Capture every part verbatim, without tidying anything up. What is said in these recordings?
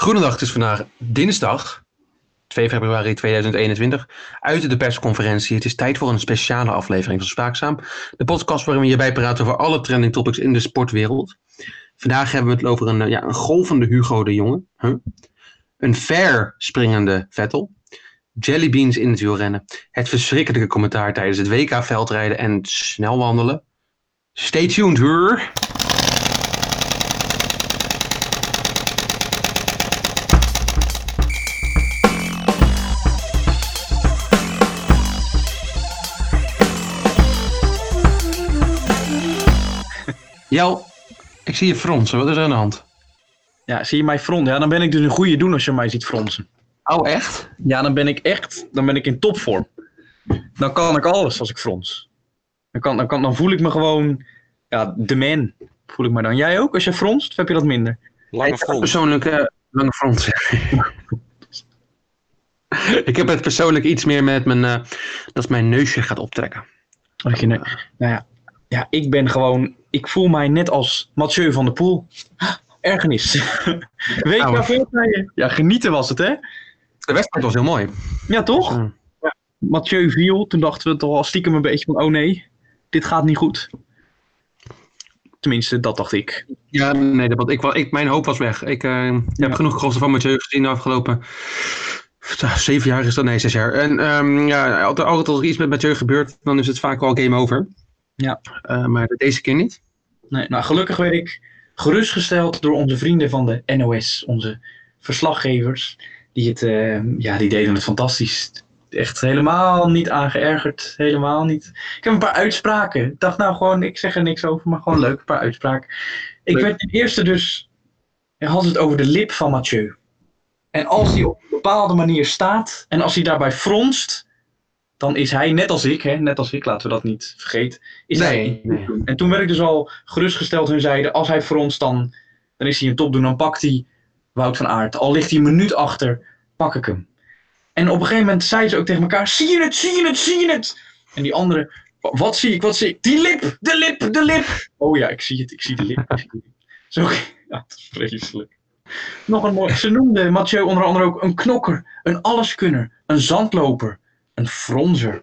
Goedendag, het is vandaag dinsdag, twee februari tweeduizend eenentwintig, uit de persconferentie. Het is tijd voor een speciale aflevering van Spraakzaam. De podcast waarin we je bijpraten over alle trending topics in de sportwereld. Vandaag hebben we het over een, ja, een golvende Hugo de Jonge. Huh? Een ver springende Vettel. Jellybeans in het wielrennen. Het verschrikkelijke commentaar tijdens het W K veldrijden en snel wandelen. Stay tuned, hoor. Jel, ik zie je fronsen. Wat is er aan de hand? Ja, zie je mij fronsen? Ja, dan ben ik dus een goede doen als je mij ziet fronsen. Oh, echt? Ja, dan ben ik echt, dan ben ik in topvorm. Dan kan ik alles als ik frons. Dan, kan, dan, kan, dan voel ik me gewoon, ja, de man. Voel ik me dan. Jij ook, als je fronst? Of heb je dat minder? Lange frons. Persoonlijk, uh, lange frons. Ik heb het persoonlijk iets meer met mijn, uh, dat mijn neusje gaat optrekken. Als je, nou ja, ja, ik ben gewoon, ik voel mij net als Mathieu van der Poel. Ergernis. W K veldrijden. Ja, genieten was het, hè? De wedstrijd was heel mooi. Ja, toch? Ja. Ja. Mathieu viel. Toen dachten we toch al stiekem een beetje van, oh nee, dit gaat niet goed. Tenminste, dat dacht ik. Ja, nee, dat, ik, ik, mijn hoop was weg. Ik uh, ja. heb genoeg kosten van Mathieu gezien de afgelopen zeven jaar is dat, nee, zes jaar. En um, ja, altijd, altijd als er iets met Mathieu gebeurt, dan is het vaak wel game over. Ja. Uh, maar deze keer niet. Nee, nou, gelukkig werd ik gerustgesteld door onze vrienden van de N O S, onze verslaggevers. Die, het, uh, ja, die deden het fantastisch. Echt helemaal niet aangeërgerd. Helemaal niet. Ik heb een paar uitspraken. Ik dacht nou gewoon, ik zeg er niks over, maar gewoon leuk, een paar uitspraken. Ik leuk. werd ten eerste dus, had het over de lip van Mathieu. En als hij op een bepaalde manier staat, en als hij daarbij fronst, dan is hij, net als ik, hè, net als ik, laten we dat niet vergeten, is nee, hij nee. En toen werd ik dus al gerustgesteld, hun zeiden, als hij fronst, dan, dan is hij een topdoen, dan pakt hij Wout van Aert. Al ligt hij een minuut achter, pak ik hem. En op een gegeven moment zeiden ze ook tegen elkaar, zie je het, zie je het, zie je het? En die andere, wat zie ik, wat zie ik? Die lip, de lip, de lip. Oh ja, ik zie het, ik zie de lip. Ik zie de lip. Zo, ja, dat is vreselijk. Nog een mooi, ze noemden Mathieu onder andere ook een knokker, een alleskunner, een zandloper. Een fronser.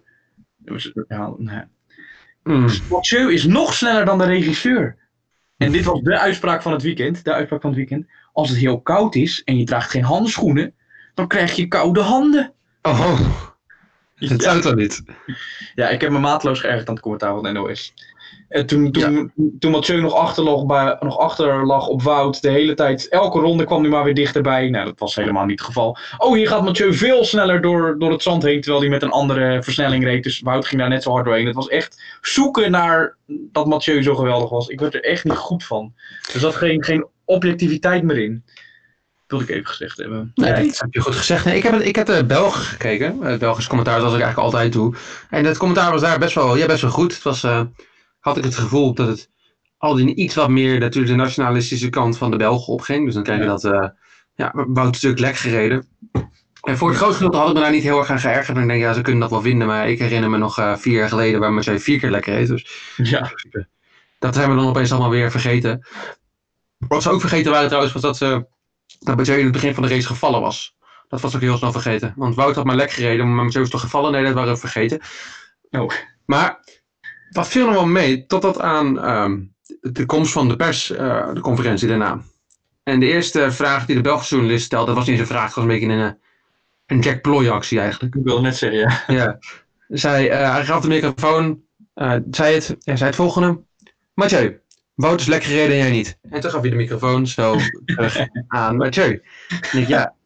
Ja, nee. mm. Mathieu is nog sneller dan de regisseur. En dit was de uitspraak van het weekend. De uitspraak van het weekend. Als het heel koud is en je draagt geen handschoenen, dan krijg je koude handen. Oh, dat zou toch niet? Ja, ik heb me mateloos geërgerd aan het commentaar van de N O S. En toen, toen, ja. toen Mathieu nog achter, lag bij, nog achter lag op Wout de hele tijd, elke ronde kwam hij maar weer dichterbij. Nou, dat was helemaal niet het geval. Oh, hier gaat Mathieu veel sneller door, door het zand heen, terwijl hij met een andere versnelling reed. Dus Wout ging daar net zo hard doorheen. Het was echt zoeken naar dat Mathieu zo geweldig was. Ik werd er echt niet goed van. Er zat geen, geen objectiviteit meer in. Dat wilde ik even gezegd hebben. Nee, nee, dat heb je goed gezegd. Nee, ik, heb, ik heb de Belg gekeken. Het Belgisch commentaar, zoals ik eigenlijk altijd doe. En het commentaar was daar best wel, ja, best wel goed. Het was... Uh... had ik het gevoel dat het al die iets wat meer natuurlijk de nationalistische kant van de Belgen opging. Dus dan krijg je ja. dat, uh, ja, Wout een stuk lek gereden. En voor het grootste gedeelte had ik me daar niet heel erg aan geërgerd. En ik denk, ja, ze kunnen dat wel vinden. Maar ik herinner me nog uh, vier jaar geleden waar Mathieu vier keer lekker reed. Dus ja. Dat zijn we dan opeens allemaal weer vergeten. Wat ze ook vergeten waren trouwens, was dat, uh, dat Mathieu in het begin van de race gevallen was. Dat was ook heel snel vergeten. Want Wout had maar lek gereden, maar Mathieu is toch gevallen? Nee, dat waren we vergeten. Oh. Maar... dat viel nog wel mee, totdat aan um, de komst van de pers, uh, de conferentie daarna. En de eerste vraag die de Belgische journalist stelde, was niet zijn vraag, het was een beetje een, een Jack Ploy actie eigenlijk. Ik wilde net zeggen, ja. ja. Zij, uh, hij gaf de microfoon, uh, zei, het, hij zei het volgende. Mathieu, Wout is lekker gereden en jij niet. En toen gaf hij de microfoon zo terug aan Mathieu. En ik, ja.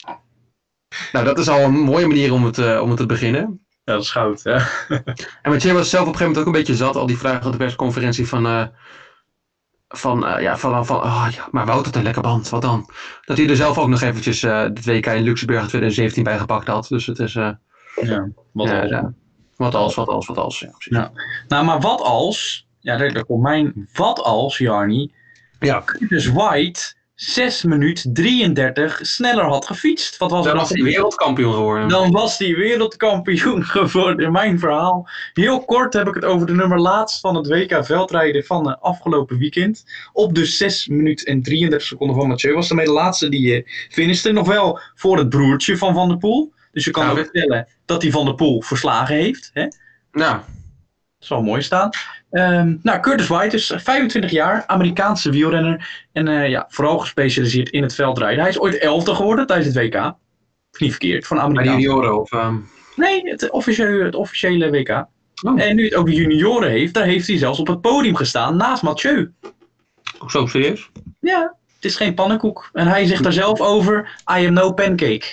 Nou, dat is al een mooie manier om het, uh, om het te beginnen. Ja, dat is goud, ja. En Mathieu was zelf op een gegeven moment ook een beetje zat, al die vragen op de persconferentie van, uh, van, uh, ja, van, van oh, ja, maar Wout had een lekker band, wat dan? Dat hij er zelf ook nog eventjes uh, het W K in Luxemburg in twintig zeventien bij gepakt had, dus het is... Uh, ja, wat ja, als. Ja, wat als, wat als, wat als, ja, precies. Ja. Nou, maar wat als, ja, daar, daar komt mijn, wat als, Jarny, ja. Curtis White zes minuten drieëndertig sneller had gefietst. Wat was Dan er was nog? hij wereldkampioen geworden. Dan was hij wereldkampioen geworden. Mijn verhaal. Heel kort heb ik het over de nummer laatst van het W K veldrijden van het afgelopen weekend. Op de zes minuten en drieëndertig seconden van Mathieu was daarmee de laatste die uh, finishte. Nog wel voor het broertje van Van der Poel. Dus je kan Ja, ook we- vertellen dat hij Van der Poel verslagen heeft. Hè? Nou, Dat zal mooi staan. Um, nou, Curtis White is vijfentwintig jaar, Amerikaanse wielrenner. En uh, ja, vooral gespecialiseerd in het veldrijden. Hij is ooit elfde geworden tijdens het W K. Of niet verkeerd, van bij de Amerikaanse. junioren of... ehm, Nee, het officiële, het officiële W K. Oh. En nu het ook de junioren heeft, daar heeft hij zelfs op het podium gestaan naast Mathieu. Ook zo serieus? Ja, het is geen pannenkoek. En hij zegt daar zelf over, I am no pancake.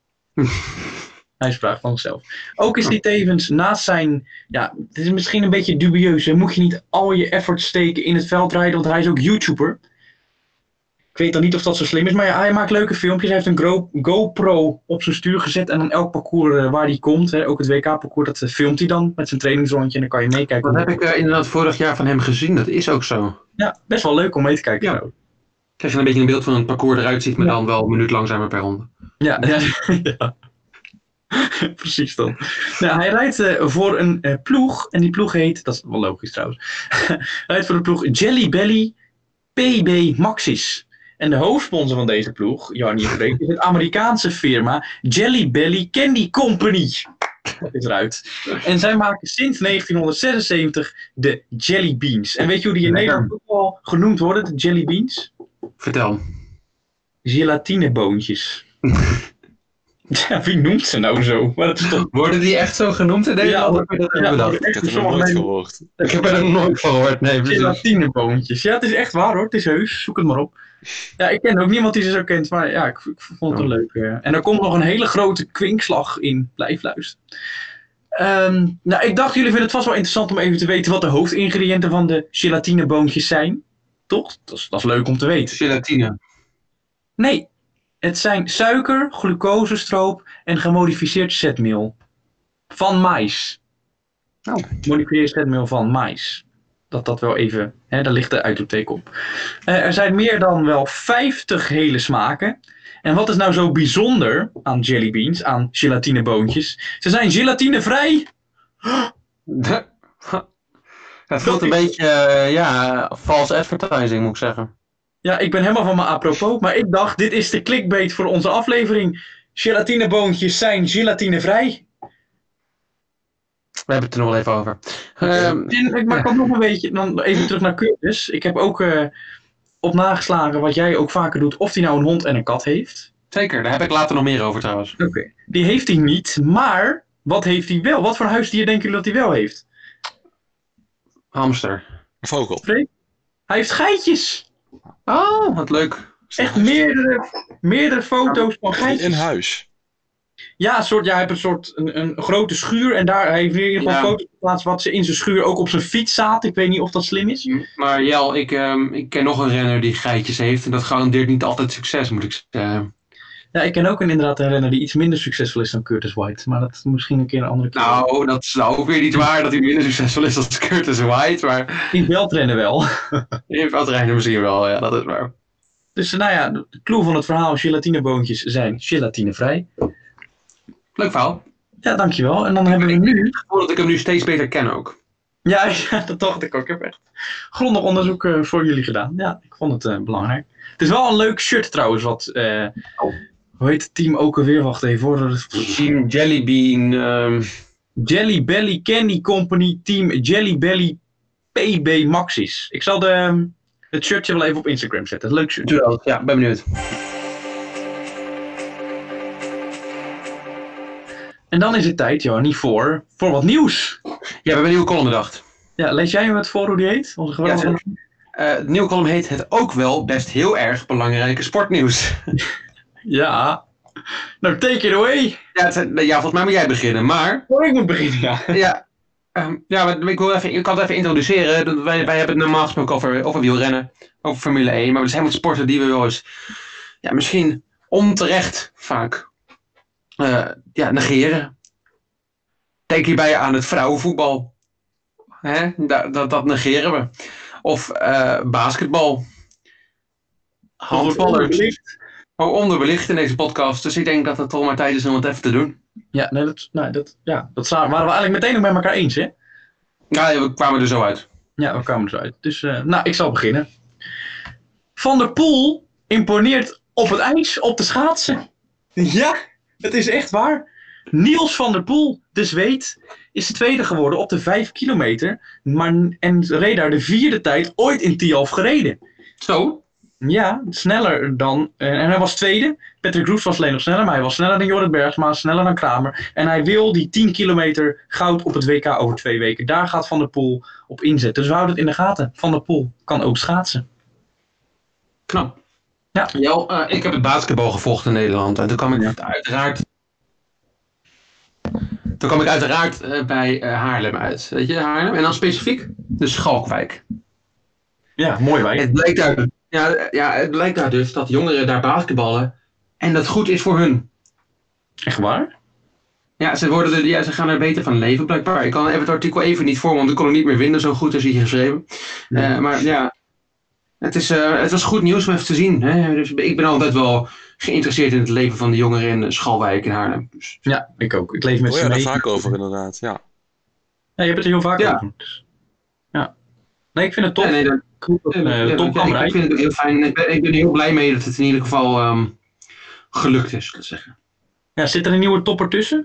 Hij sprak van zichzelf. Ook is hij tevens naast zijn, ja, het is misschien een beetje dubieus. Hè? Moet je niet al je effort steken in het veldrijden, want hij is ook YouTuber. Ik weet dan niet of dat zo slim is, maar ja, hij maakt leuke filmpjes. Hij heeft een Gro- GoPro op zijn stuur gezet en dan elk parcours uh, waar hij komt, hè, ook het W K-parcours, dat uh, filmt hij dan met zijn trainingsrondje en dan kan je meekijken. Dat heb ik uh, inderdaad vorig jaar van hem gezien. Dat is ook zo. Ja, best wel leuk om mee te kijken. Ja. Zo. Krijg je een beetje een beeld van hoe het parcours eruit ziet, maar Ja. dan wel een minuut langzamer per ronde. Ja, ja, ja. Precies dan. Nou, hij rijdt uh, voor een uh, ploeg. En die ploeg heet, dat is wel logisch trouwens. Hij rijdt voor de ploeg Jelly Belly P B Maxis. En de hoofdsponsor van deze ploeg, Jarnie Freek, is het Amerikaanse firma Jelly Belly Candy Company. Dat is eruit. En zij maken sinds negentienhonderdzesenzeventig de Jelly Beans. En weet je hoe die in Lekker. Nederland ook al genoemd worden, de Jelly Beans? Vertel. Gelatineboontjes. Ja, wie noemt ze nou zo? Maar dat is toch... Worden die echt zo genoemd in Nederland? Ja, Of heb je dat ja, even bedacht? echt Ik heb er nog sommige nooit mensen- gehoord. Ik heb er nog nooit van gehoord. Nee, precies. Gelatineboontjes. Ja, het is echt waar hoor. Het is heus. Zoek het maar op. Ja, ik ken ook niemand die ze zo kent. Maar ja, ik, ik vond het Oh. wel leuk. eh. En er komt nog een hele grote kwinkslag in. Blijf luisteren. Ehm, nou, ik dacht, jullie vinden het vast wel interessant om even te weten wat de hoofdingrediënten van de gelatineboontjes zijn. Toch? Dat is, dat is leuk om te weten. Gelatine. Nee, het zijn suiker, glucosestroop en gemodificeerd zetmeel. Van mais. Oh. Gemodificeerd zetmeel van mais. Dat dat wel even, hè, daar ligt de uitroepteken op. Uh, er zijn meer dan wel vijftig hele smaken. En wat is nou zo bijzonder aan jellybeans, aan gelatineboontjes? Ze zijn gelatinevrij. Het voelt een beetje, uh, ja, false advertising moet ik zeggen. Ja, ik ben helemaal van mijn apropos, maar ik dacht, dit is de clickbait voor onze aflevering. Gelatineboontjes zijn gelatinevrij. We hebben het er nog wel even over. Okay. Um, en ik maak ook nog een beetje, dan even terug naar Curtis. Ik heb ook uh, op nageslagen wat jij ook vaker doet, of hij nou een hond en een kat heeft. Zeker, daar heb ik later nog meer over trouwens. Oké, okay. Die heeft hij niet, maar wat heeft hij wel? Wat voor huisdier denken jullie dat hij wel heeft? Hamster. Vogel. Hij heeft geitjes. Oh, wat leuk. Echt meerdere, meerdere foto's van geitjes. In huis. Ja, een soort, ja, hij heeft een soort een, een grote schuur en daar heeft hij in ieder geval Ja. foto's geplaatst wat ze in zijn schuur ook op zijn fiets zaten. Ik weet niet of dat slim is. Maar Jel, ik, um, ik ken nog een renner die geitjes heeft en dat garandeert niet altijd succes, moet ik zeggen. Ja, ik ken ook een, inderdaad een renner die iets minder succesvol is dan Curtis White. Maar dat is misschien een keer een andere keer. Nou, dat is nou ook weer niet waar dat hij minder succesvol is dan Curtis White, maar In veldrennen wel. in veldrijden misschien wel, ja, dat is waar. Dus nou ja, de clue van het verhaal, gelatineboontjes zijn gelatinevrij. Leuk verhaal. Ja, dankjewel. En dan hebben we nu... Ik heb het gevoel dat ik hem nu steeds beter ken ook. Ja, ja, dat dacht ik ook. Ik heb echt grondig onderzoek uh, voor jullie gedaan. Ja, ik vond het uh, belangrijk. Het is wel een leuk shirt trouwens, wat... Uh, oh. Hoe heet het team ook alweer? Wacht even hoor. Team Jellybean. Um... Jelly Belly Candy Company Team Jelly Belly P B Maxis. Ik zal de, het shirtje wel even op Instagram zetten. Leuk shirt. Doe dat. Ja, ben benieuwd. En dan is het tijd, Johannie, voor, voor wat nieuws. Ja, we hebben een nieuwe column bedacht. Ja, lees jij hem het voor hoe die heet? Onze geweldige... Ja, uh, de nieuwe column heet het ook wel best heel erg belangrijke sportnieuws. Ja. Nou, take it away. Ja, het, ja, volgens mij moet jij beginnen, maar... Oh, ik moet beginnen, ja. Ja, um, ja maar ik, wil even, ik kan het even introduceren. Wij, wij hebben het normaal gesproken over, over wielrennen, over Formule één. Maar er zijn wat sporten die we wel eens, ja, misschien onterecht vaak uh, ja, negeren. Denk hierbij aan het vrouwenvoetbal. Hè? Dat, dat, dat negeren we. Of uh, basketbal. handballers. Oh, onderbelicht in deze podcast. Dus ik denk dat het toch maar tijd is om het even te doen. Ja, nee, dat, nou, dat, ja, dat waren we eigenlijk meteen ook met elkaar eens, hè? Ja, we kwamen er zo uit. Ja, we kwamen er zo uit. Dus, uh, nou, ik zal beginnen. Van der Poel imponeert op het ijs, op de schaatsen. Ja, het is echt waar. Niels van der Poel, de Zweed, is tweede geworden op de vijf kilometer. Maar, en reed daar de vierde tijd ooit in Tialf gereden. Zo? Ja, sneller dan... Uh, en hij was tweede. Patrick Roest was alleen nog sneller, maar hij was sneller dan Jorrit Bergsma, sneller dan Kramer. En hij wil die tien kilometer goud op het W K over twee weken. Daar gaat Van der Poel op inzetten. Dus we houden het in de gaten. Van der Poel kan ook schaatsen. Knap. Ja. Jo, uh, ik heb het basketbal gevolgd in Nederland. En toen kwam ik ja. uiteraard... Toen kwam ik uiteraard uh, bij uh, Haarlem uit. Weet je, Haarlem. En dan specifiek de Schalkwijk. Ja, mooi wijk. Het blijkt daar... Ja, ja, het blijkt daar dus dat jongeren daar basketballen en dat goed is voor hun. Echt waar? Ja, ze, worden er, ja, ze gaan er beter van leven blijkbaar. Ik kan even het artikel even niet voor, want ik kon het niet meer vinden, zo goed is hij geschreven. Nee. Uh, maar ja, het, is, uh, het was goed nieuws om even te zien. Hè? Dus ik ben altijd wel geïnteresseerd in het leven van de jongeren in Schalwijk in Haarlem. Dus. Ja, ik ook. Ik leef met ze mee. mee. Ja, daar vaak over inderdaad, ja. Ja, je hebt het er heel vaak ja. over. Dus. Ja. Nee, ik vind het tof. Ja, nee, dat... Goed, uh, ja, top ja, ik, ik vind het heel fijn. Ik ben, ik ben heel blij mee dat het in ieder geval um, gelukt is, te zeggen. Ja, zit er een nieuwe topper tussen?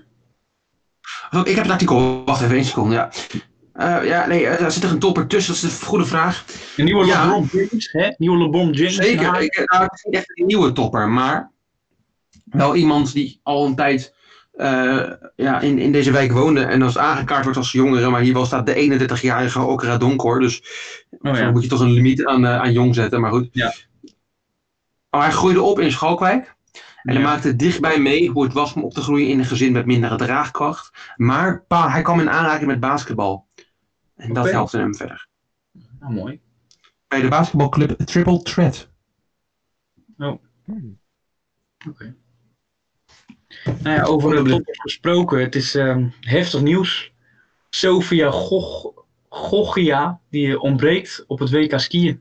Ik heb het artikel. Wacht even, één seconde. Ja, uh, ja nee, er zit er een topper tussen. Dat is een goede vraag. Een nieuwe ja. LeBron James, hè? Nieuwe LeBron James. Zeker. Ik, nou, het is niet echt een nieuwe topper, maar wel iemand die al een tijd uh, ja, in, in deze wijk woonde en als aangekaart wordt als jongere, maar hier wel staat de eenendertigjarige Okra Donkor, dus oh, ja. dan moet je toch een limiet aan, uh, aan jong zetten, maar goed. Ja. Maar hij groeide op in Schalkwijk en ja. hij maakte dichtbij mee hoe het was om op te groeien in een gezin met mindere draagkracht, maar pa, hij kwam in aanraking met basketbal en dat okay. helpte hem verder. Nou, mooi. Bij de basketbalclub Triple Threat. Oh. Hmm. Oké. Okay. Nou ja, over de toppers gesproken, het is um, heftig nieuws. Sofia Gog- Goggia, die ontbreekt op het W K skiën.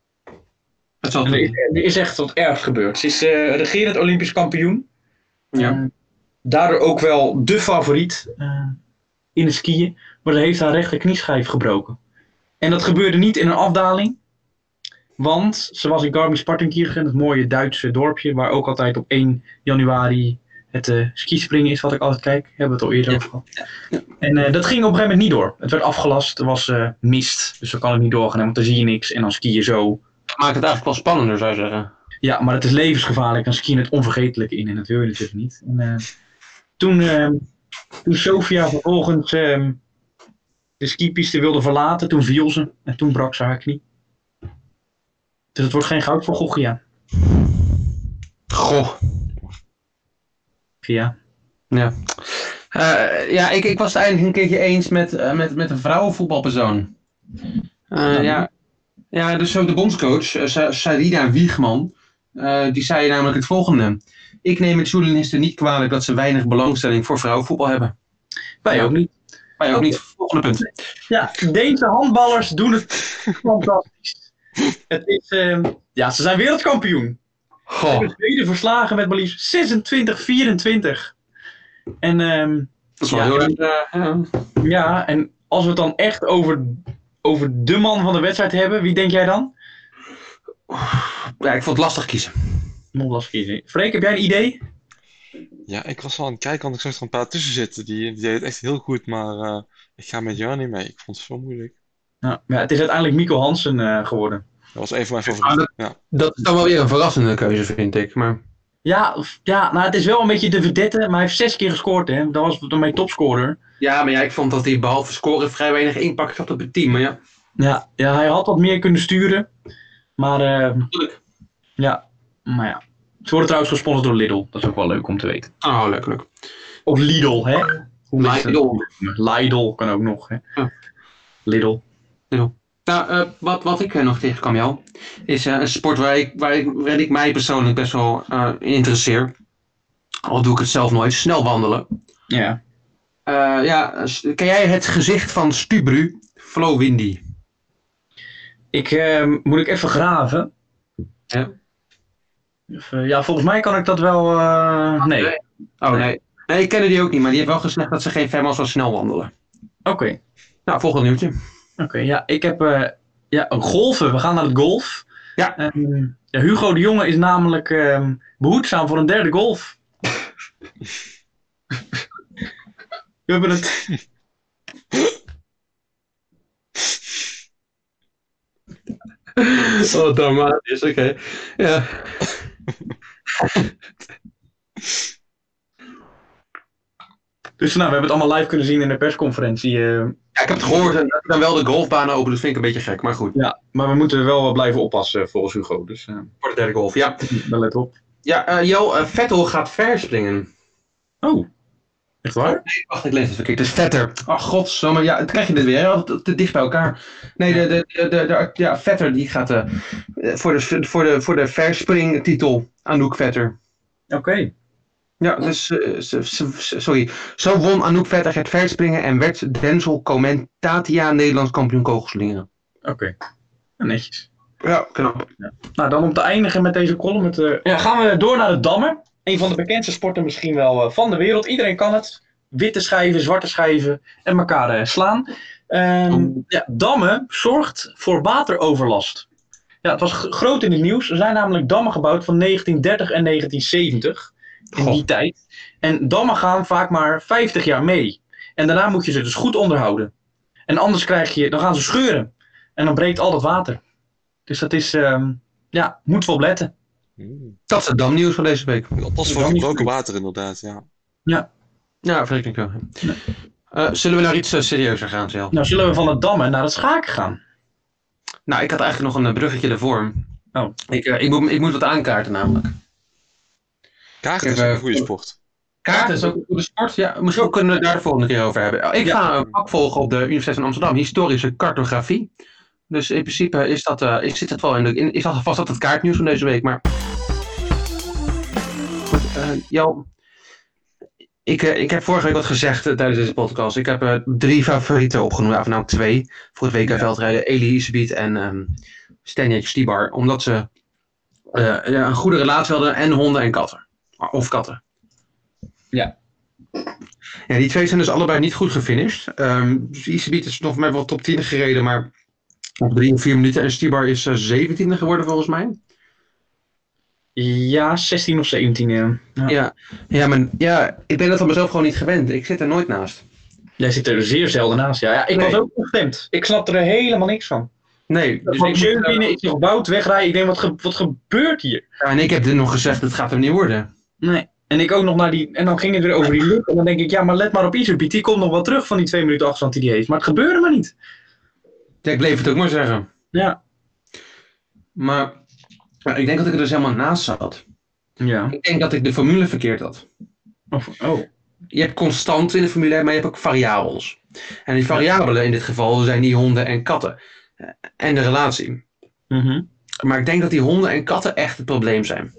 Dat zal er, is, er is echt wat erg gebeurd. Ze is uh, regerend Olympisch kampioen. Ja. Uh, daardoor ook wel de favoriet uh, in het skiën. Maar ze heeft haar rechter knieschijf gebroken. En dat gebeurde niet in een afdaling. Want ze was in Garmisch-Partenkirchen, het mooie Duitse dorpje, waar ook altijd op één januari het uh, skispringen is wat ik altijd kijk. Hebben we het al eerder over gehad. Ja. Ja. En uh, dat ging op een gegeven moment niet door. Het werd afgelast, er was uh, mist, dus dan kan het niet doorgaan, want dan zie je niks en dan ski je zo. Dat maakt het eigenlijk wel spannender, zou je zeggen. Ja, maar het is levensgevaarlijk, dan ski je het onvergetelijk in en dat wil je natuurlijk niet. En, uh, toen, uh, toen Sofia vervolgens uh, de skipiste wilde verlaten, toen viel ze en toen brak ze haar knie. Dus het wordt geen goud voor Goggia. Goh. Ja. Ja, uh, ja ik, ik was het eigenlijk een keertje eens met, uh, met, met een vrouwenvoetbalpersoon. Uh, ja. ja, dus ook de bondscoach, uh, Sarina Wiegman, uh, die zei namelijk het volgende. Ik neem het journalisten niet kwalijk dat ze weinig belangstelling voor vrouwenvoetbal hebben. Wij ja. ook niet. Wij ook okay. niet. Volgende punt. Ja, Deense handballers doen het fantastisch. Het is, uh, ja, ze zijn wereldkampioen. Ze hebben Zweden verslagen met maar liefst zesentwintig vierentwintig. En, um, dat is wel ja, heel erg. Uh, ja. ja, en als we het dan echt over, over de man van de wedstrijd hebben, wie denk jij dan? Ja, ik vond het lastig kiezen. Moet lastig kiezen. Freek, heb jij een idee? Ja, ik was wel aan het kijken, want ik zag er een paar tussen zitten. Die, die deed het echt heel goed, maar uh, ik ga met jou niet mee. Ik vond het zo moeilijk. Ja, ja, het is uiteindelijk Mikko Hansen uh, geworden. Dat was even mijn favoriet. Ah, dat, ja. dat is dan wel weer een verrassende keuze, vind ik. Maar... Ja, ja, nou het is wel een beetje de vedette, maar hij heeft zes keer gescoord, hè. Dat was dan mijn topscorer. Ja, maar ja, ik vond dat hij behalve scoren vrij weinig impact had op het team, maar ja. Ja, ja hij had wat meer kunnen sturen. Maar, uh, ja, maar ja. Ze worden trouwens gesponsord door Lidl. Dat is ook wel leuk om te weten. Oh, leuk, leuk. Of Lidl, hè. Hoe Lidl. Lidl kan ook nog, hè. Ja. Lidl. Lidl. Nou, uh, wat, wat ik uh, nog tegenkwam, jou, is uh, een sport waar ik, waar, ik, waar ik mij persoonlijk best wel uh, in interesseer. Al doe ik het zelf nooit. Snel wandelen. Ja. Uh, ja, ken jij het gezicht van Stubru, Flo Windy? Ik, uh, moet ik even graven. Ja. Even, ja, volgens mij kan ik dat wel... Uh, nee. nee. Oh nee. Nee, ik ken die ook niet, maar die heeft wel gezegd dat ze geen fan was van snel wandelen. Oké. Okay. Nou, volgende nieuwtje. Oké, okay, ja, ik heb... Uh, ja, golfen. We gaan naar het golf. Ja. Um, ja Hugo de Jonge is namelijk um, behoedzaam voor een derde golf. We hebben het... Oh, dramatisch, oké. Okay. Ja. Dus nou, we hebben het allemaal live kunnen zien in de persconferentie. Uh... Ja, ik heb het gehoord en dan wel de golfbanen open, dat vind ik een beetje gek, maar goed. Ja, maar we moeten wel blijven oppassen volgens Hugo. Dus, uh... voor de derde golf, ja. Dan let op. Ja, uh, Jo, uh, Vettel gaat verspringen. Oh, echt waar? Oh, nee, wacht, ik lees het verkeerd. Het is Vetter. Oh, godsamme, ja, het krijg je dit weer, hè? Te, te dicht bij elkaar. Nee, de, de, de, de, de ja, Vetter die gaat uh, voor, de, voor, de, voor de verspringtitel, Anouk Vetter. Oké. Okay. Ja, dus, uh, sorry. Zo won Anouk Vetter het verspringen en werd Denzel Comentatia Nederlands kampioen kogelslingeren. Oké, okay. Netjes. Ja, knap. Ja. Nou, dan om te eindigen met deze column. Met, uh, ja, gaan we door naar de dammen. Een van de bekendste sporten misschien wel uh, van de wereld. Iedereen kan het. Witte schijven, zwarte schijven en elkaar uh, slaan. Um, oh. Ja, dammen zorgt voor wateroverlast. Ja, het was g- groot in het nieuws. Er zijn namelijk dammen gebouwd van negentien dertig en negentien zeventig. In Goh. die tijd. En dammen gaan vaak maar vijftig jaar mee. En daarna moet je ze dus goed onderhouden. En anders krijg je, dan gaan ze scheuren. En dan breekt al dat water. Dus dat is, um, ja, moet wel opletten. Dat is het damnieuws van deze week. Pas voor gebroken water inderdaad, ja. Ja. Ja, vind ik wel. Ja. Uh, zullen we naar iets uh, serieuzer gaan, Zel? Nou, zullen we van het dammen naar het schaken gaan? Nou, ik had eigenlijk nog een bruggetje ervoor. Oh. Ik, uh, ik, moet, ik moet wat aankaarten namelijk. Kaarten is ook een goede sport. Kaarten is ook een goede sport, ja. Misschien kunnen we het daar de volgende keer over hebben. Ik ga een vak volgen op de Universiteit van Amsterdam, historische cartografie. Dus in principe is dat, uh, ik zit het wel in de, in, is dat vast dat het kaartnieuws van deze week, maar... Goed, uh, Jo, ik, uh, ik heb vorige week wat gezegd uh, tijdens deze podcast. Ik heb uh, drie favorieten opgenoemd, of nou twee, voor het W K ja. veldrijden. Elie Iserbyt en um, Stanislav Stybar, omdat ze uh, een goede relatie hadden en honden en katten. Of katten. Ja. Ja, die twee zijn dus allebei niet goed gefinished. Um, dus Iserbyt is nog maar wel top tien gereden, maar op drie of vier minuten. En Stybar is uh, zeventiende geworden volgens mij. Ja, zestien of zeventien. Ja. Ja. Ja, ja, maar ja, ik ben dat van mezelf gewoon niet gewend. Ik zit er nooit naast. Jij zit er zeer zelden naast. Ja, ja ik nee. was ook gestemd. Ik snapte er helemaal niks van. Nee. Dus ik zit binnen, ik zag Wout wegrijden. Ik denk, wat, ge- wat gebeurt hier? Ja, en ik heb dit nog gezegd, het gaat hem niet worden. Nee. En ik ook nog naar die... En dan ging het weer over die lucht. En dan denk ik, ja, maar let maar op Iserbyt. Die komt nog wel terug van die twee minuten afstand die hij heeft. Maar het gebeurde maar niet. Ja, ik bleef het ook maar zeggen. Ja. Maar... Maar ik denk dat ik er dus helemaal naast zat. Ja. Ik denk dat ik de formule verkeerd had. Oh. oh. Je hebt constant in de formule, maar je hebt ook variabels. En die variabelen in dit geval zijn die honden en katten. En de relatie. Mm-hmm. Maar ik denk dat die honden en katten echt het probleem zijn.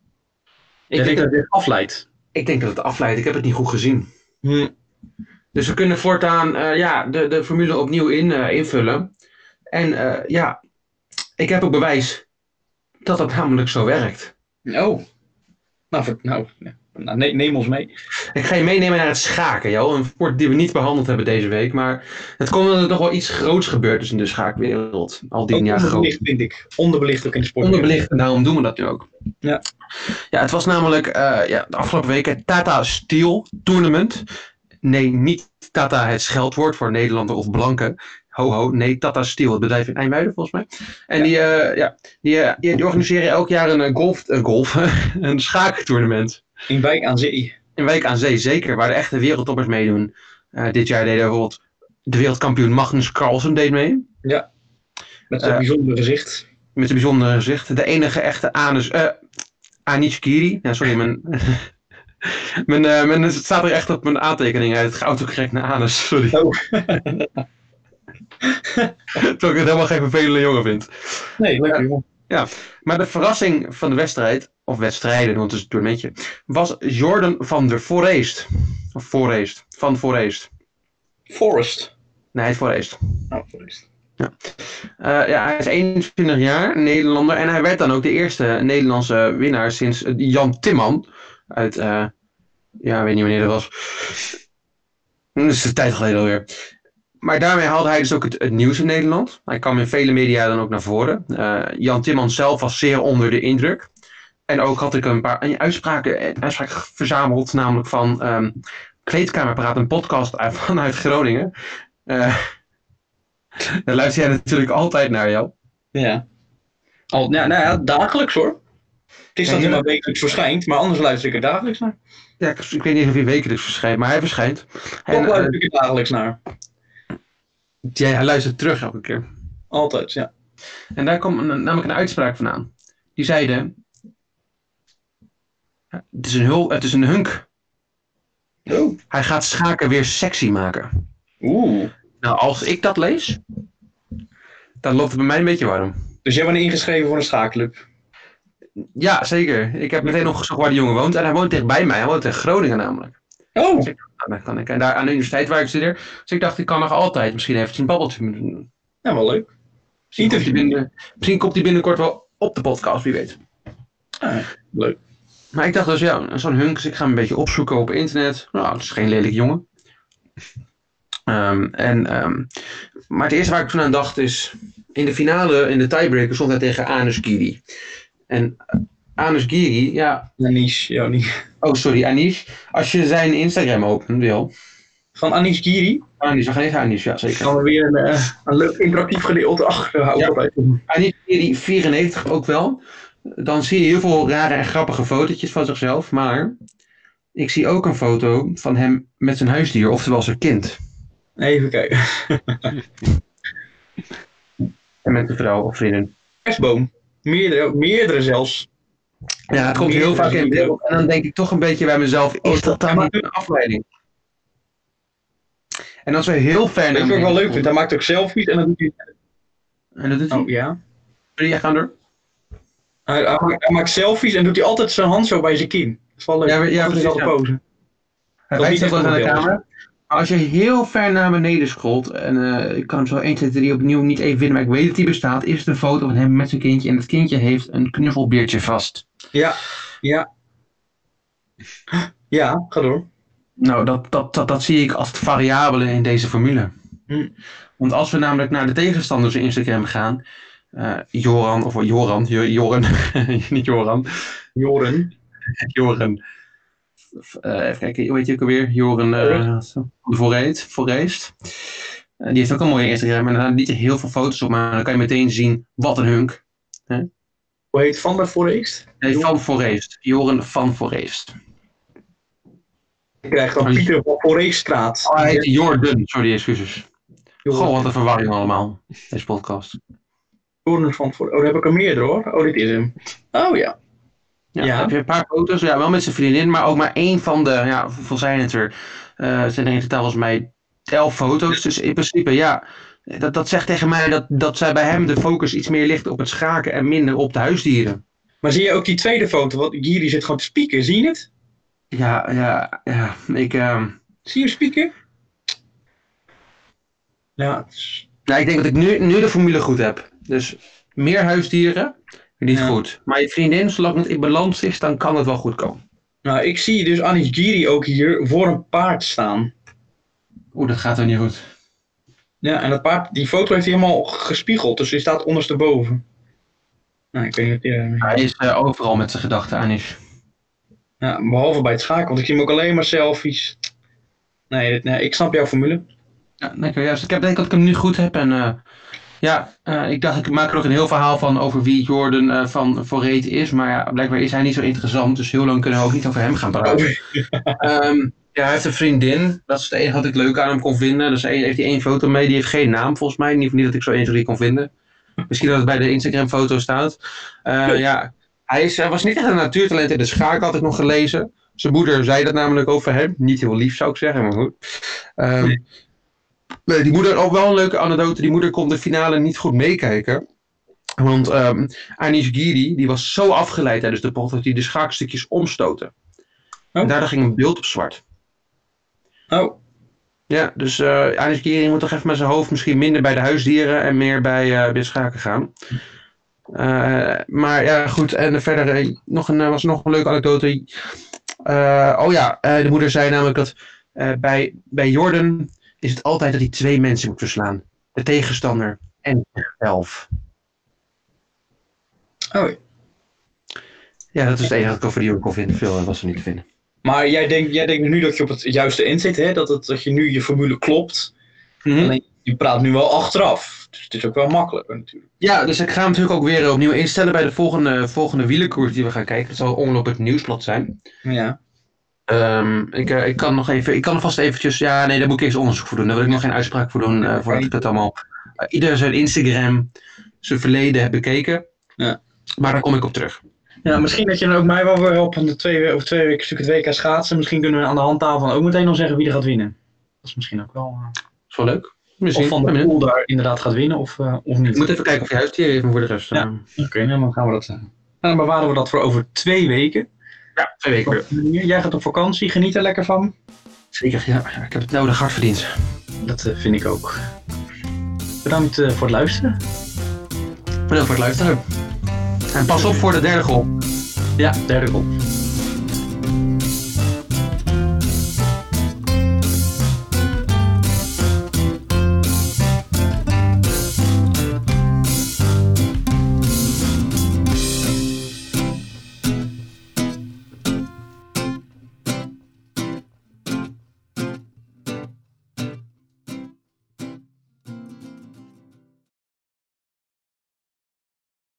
Ik denk dat het afleidt. Ik denk dat het afleidt. Ik heb het niet goed gezien. Hm. Dus we kunnen voortaan uh, ja, de, de formule opnieuw in, uh, invullen. En uh, ja, ik heb ook bewijs dat het namelijk zo werkt. Oh. Nou, nou, nou neem, neem ons mee. Ik ga je meenemen naar het schaken, joh. Een sport die we niet behandeld hebben deze week. Maar het komt dat er nog wel iets groots gebeurd is in de schaakwereld. Al tien jaar groot. Onderbelicht, vind ik. Onderbelicht ook in de sport. Onderbelicht, en daarom doen we dat nu ook. Ja. Ja, het was namelijk uh, ja, de afgelopen weken Tata Steel Tournament. Nee, niet Tata het scheldwoord voor Nederlander of blanken. Ho ho, nee, Tata Steel, het bedrijf in IJmuiden volgens mij. En ja. Die, uh, ja, die, uh, die, die organiseren elk jaar een uh, golf, uh, golf een schaaktournament. In Wijk aan Zee. In Wijk aan Zee, zeker, waar de echte wereldtoppers meedoen. Uh, dit jaar deden bijvoorbeeld de wereldkampioen Magnus Carlsen deed mee. Ja, met zijn uh, bijzondere gezicht. Met zijn bijzondere gezicht. De enige echte anus, uh, Anish Giri. Ja, sorry, mijn... mijn, uh, mijn, het staat er echt op mijn aantekening uit. Het autocorrect naar anus, sorry. Oh. Terwijl ik het helemaal geen vervelende jongen vind. Nee, lekker jongen. Ja, maar de verrassing van de wedstrijd, of wedstrijden, want het is een toernooi, was Jordan van der Forest. Of Forest, van Forest. Forest? Nee, Forest. Oh, Forest. Ja. Uh, ja, hij is eenentwintig jaar, Nederlander. En hij werd dan ook de eerste Nederlandse winnaar sinds Jan Timman. Uit, uh, ja, ik weet niet wanneer dat was. Dat is een tijd geleden alweer. Maar daarmee haalde hij dus ook het, het nieuws in Nederland. Hij kwam in vele media dan ook naar voren. Uh, Jan Timman zelf was zeer onder de indruk. En ook had ik een paar uitspraken, uitspraken verzameld, namelijk van um, Kleedkamerpraat, een podcast vanuit Groningen. Uh, daar luister jij natuurlijk altijd naar, jou. Ja. Al, nou, nou ja, dagelijks hoor. Het is dat hij maar wekelijks verschijnt, maar anders luister ik er dagelijks naar. Ja, ik, ik weet niet of hij wekelijks verschijnt, maar hij verschijnt. Toch luister ik er dagelijks naar. Ja, hij luistert terug elke keer. Altijd, ja. En daar kwam namelijk een uitspraak vandaan. Die zeiden... Het is een, hul, het is een hunk. Oh. Hij gaat schaken weer sexy maken. Oeh. Nou, als ik dat lees... dan loopt het bij mij een beetje warm. Dus jij bent ingeschreven voor een schaakclub? Ja, zeker. Ik heb meteen opgezocht waar die jongen woont. En hij woont dichtbij mij. Hij woont in Groningen namelijk. Oh. Dus ik, nou, dan kan ik, en daar aan de universiteit waar ik studeer. Dus ik dacht, ik kan nog altijd misschien even een babbeltje doen. Ja, wel leuk. Misschien komt, binnen, misschien komt hij binnenkort wel op de podcast, wie weet. Ah, leuk. Maar ik dacht dus, ja, zo'n hunk, dus ik ga hem een beetje opzoeken op internet. Nou, het is geen lelijke jongen. Um, en, um, maar het eerste waar ik toen aan dacht is... In de finale, in de tiebreaker, stond hij tegen Anish Giri. En uh, Anish Giri, ja... Anish, ja niet. Oh, sorry, Anish. Als je zijn Instagram opent, wil... Van Anish Giri? Anish, we gaan even Anish, ja zeker. Dan gaan we weer een, uh, een leuk interactief gedeelte achterhouden. Ja. Anish Giri, vierennegentig ook wel. Dan zie je heel veel rare en grappige fotootjes van zichzelf. Maar ik zie ook een foto van hem met zijn huisdier, oftewel zijn kind. Even kijken. En met de vrouw of vriendin. Kerstboom. Meerdere, meerdere zelfs. Ja, het komt heel vaak in beeld. En dan denk ik toch een beetje bij mezelf, is dat dan niet een afleiding? En als we heel ver naar... Dat is ook wel leuk vind. Hij maakt ook selfies en dan doet hij... En dat doet hij? Oh, ja. Wil jij gaan door? Hij, hij, maakt, hij maakt selfies en doet hij altijd zijn hand zo bij zijn kin. Dat is wel leuk. Ja, ja, precies, ja. Pose. Hij wijst ook wel aan de camera. Maar als je heel ver naar beneden scrolt, en uh, ik kan hem zo één, twee, drie opnieuw niet even vinden, maar ik weet dat hij bestaat, is het een foto van hem met zijn kindje. En dat kindje heeft een knuffelbeertje vast. Ja, ja. Ja, ga door. Nou, dat, dat, dat, dat zie ik als variabele in deze formule. Hm. Want als we namelijk naar de tegenstanders Instagram gaan, uh, Joran, of Joran, Joran, niet Joran. Joren. Joren. Uh, even kijken, hoe heet je ook alweer? Joren uh, Voorreest. Voorreest. Uh, die heeft ook een mooie Instagram en daar niet heel veel foto's op, maar dan kan je meteen zien wat een hunk. Huh? Hoe heet Van der Voorreest? Nee, Van Voorreest. Joren van Voorreest. Je krijgt dan Pieter van Voorreeststraat. Oh, hij heet Jorden, sorry, excuses. Goh, wat een verwarring allemaal, deze podcast. Jorden van Voorreest. Oh, daar heb ik er meerdere hoor. Oh, dit is hem. Oh ja. Ja, ja. Heb je een paar foto's, ja, wel met zijn vriendin, maar ook maar één van de, ja, hoeveel zijn het er? Uh, het zijn in totaal volgens mij elf foto's, dus in principe, ja, dat, dat zegt tegen mij dat, dat zij bij hem de focus iets meer ligt op het schaken en minder op de huisdieren. Maar zie je ook die tweede foto, want Giri zit gewoon te spieken, zie je het? Ja, ja, ja, ik... Uh... Zie je hem spieken? Ja. Nou, ik denk dat ik nu, nu de formule goed heb, dus meer huisdieren... Niet ja. goed. Maar je vriendin, zolang het in balans is, dan kan het wel goed komen. Nou, ik zie dus Anish Giri ook hier voor een paard staan. Oeh, dat gaat er niet goed. Ja, en dat paard, die foto heeft hij helemaal gespiegeld, dus hij staat ondersteboven. Nou, ik weet niet of die, uh... Hij is uh, overal met zijn gedachten, Anish. Ja, behalve bij het schaken, want ik zie hem ook alleen maar selfies. Nee, dit, nee ik snap jouw formule. Ja, lekker, juist. Ik heb denk dat ik hem nu goed heb en... Uh... Ja, uh, ik dacht ik maak er ook een heel verhaal van over wie Jordan uh, van Voorreet is. Maar ja, blijkbaar is hij niet zo interessant. Dus heel lang kunnen we ook niet over hem gaan praten. um, ja, hij heeft een vriendin. Dat is het enige wat ik leuk aan hem kon vinden. Dus hij heeft hij één foto mee. Die heeft geen naam volgens mij. In ieder geval niet dat ik zo één, drie kon vinden. Misschien dat het bij de Instagram foto staat. Uh, ja, hij is, uh, was niet echt een natuurtalent in de schaak, had ik nog gelezen. Zijn moeder zei dat namelijk over hem. Niet heel lief zou ik zeggen, maar goed. Um, Nee, die moeder, ook wel een leuke anekdote, die moeder kon de finale niet goed meekijken. Want um, Anish Giri, die was zo afgeleid tijdens de pot dat hij de schaakstukjes omstootte. Oh. En daardoor ging een beeld op zwart. Oh. Ja, dus uh, Anish Giri moet toch even met zijn hoofd misschien minder bij de huisdieren en meer bij, uh, bij schaken gaan. Uh, maar ja, goed. En verder uh, nog een, uh, was nog een leuke anekdote. Uh, oh ja, uh, de moeder zei namelijk dat uh, bij, bij Jordan is het altijd dat hij twee mensen moet verslaan. De tegenstander en zichzelf. Oh. Ja, dat is het enige dat ik over die jongen kon vinden. Veel was er niet te vinden. Maar jij denkt, jij denkt nu dat je op het juiste in zit, hè? Dat, het, dat je nu je formule klopt. Mm-hmm. Alleen je praat nu wel achteraf. Dus het is ook wel makkelijker natuurlijk. Ja, dus ik ga hem natuurlijk ook weer opnieuw instellen bij de volgende, volgende wielerkoers die we gaan kijken. Dat zal omloop het nieuwsblad zijn. Ja. Um, ik, uh, ik kan nog even, ik kan er vast eventjes, ja nee, daar moet ik eerst onderzoek voor doen. Daar wil ik nog geen uitspraak voor doen, uh, voordat ik dat allemaal, uh, ieder zijn Instagram, zijn verleden heb bekeken. Ja. Maar daar kom ik op terug. Ja, misschien dat je dan ook mij wel weer op de twee, over twee weken stuk het W K schaatsen. Misschien kunnen we aan de handtafel ook meteen nog zeggen wie er gaat winnen. Dat is misschien ook wel... Uh... Dat is wel leuk. Misschien. Of Van der Poel daar inderdaad gaat winnen of, uh, of niet. Ik moet even kijken of je huisdier even voor de rest. Uh... Ja, oké, okay, nou, dan gaan we dat zeggen. En dan bewaren we dat voor over twee weken. Ja, twee weken weer. Jij gaat op vakantie, geniet er lekker van. Zeker, ja. Ik heb het nodig hard verdiend. Dat uh, vind ik ook. Bedankt uh, voor het luisteren. Bedankt voor het luisteren. En pas op voor de derde golf. Ja, derde golf.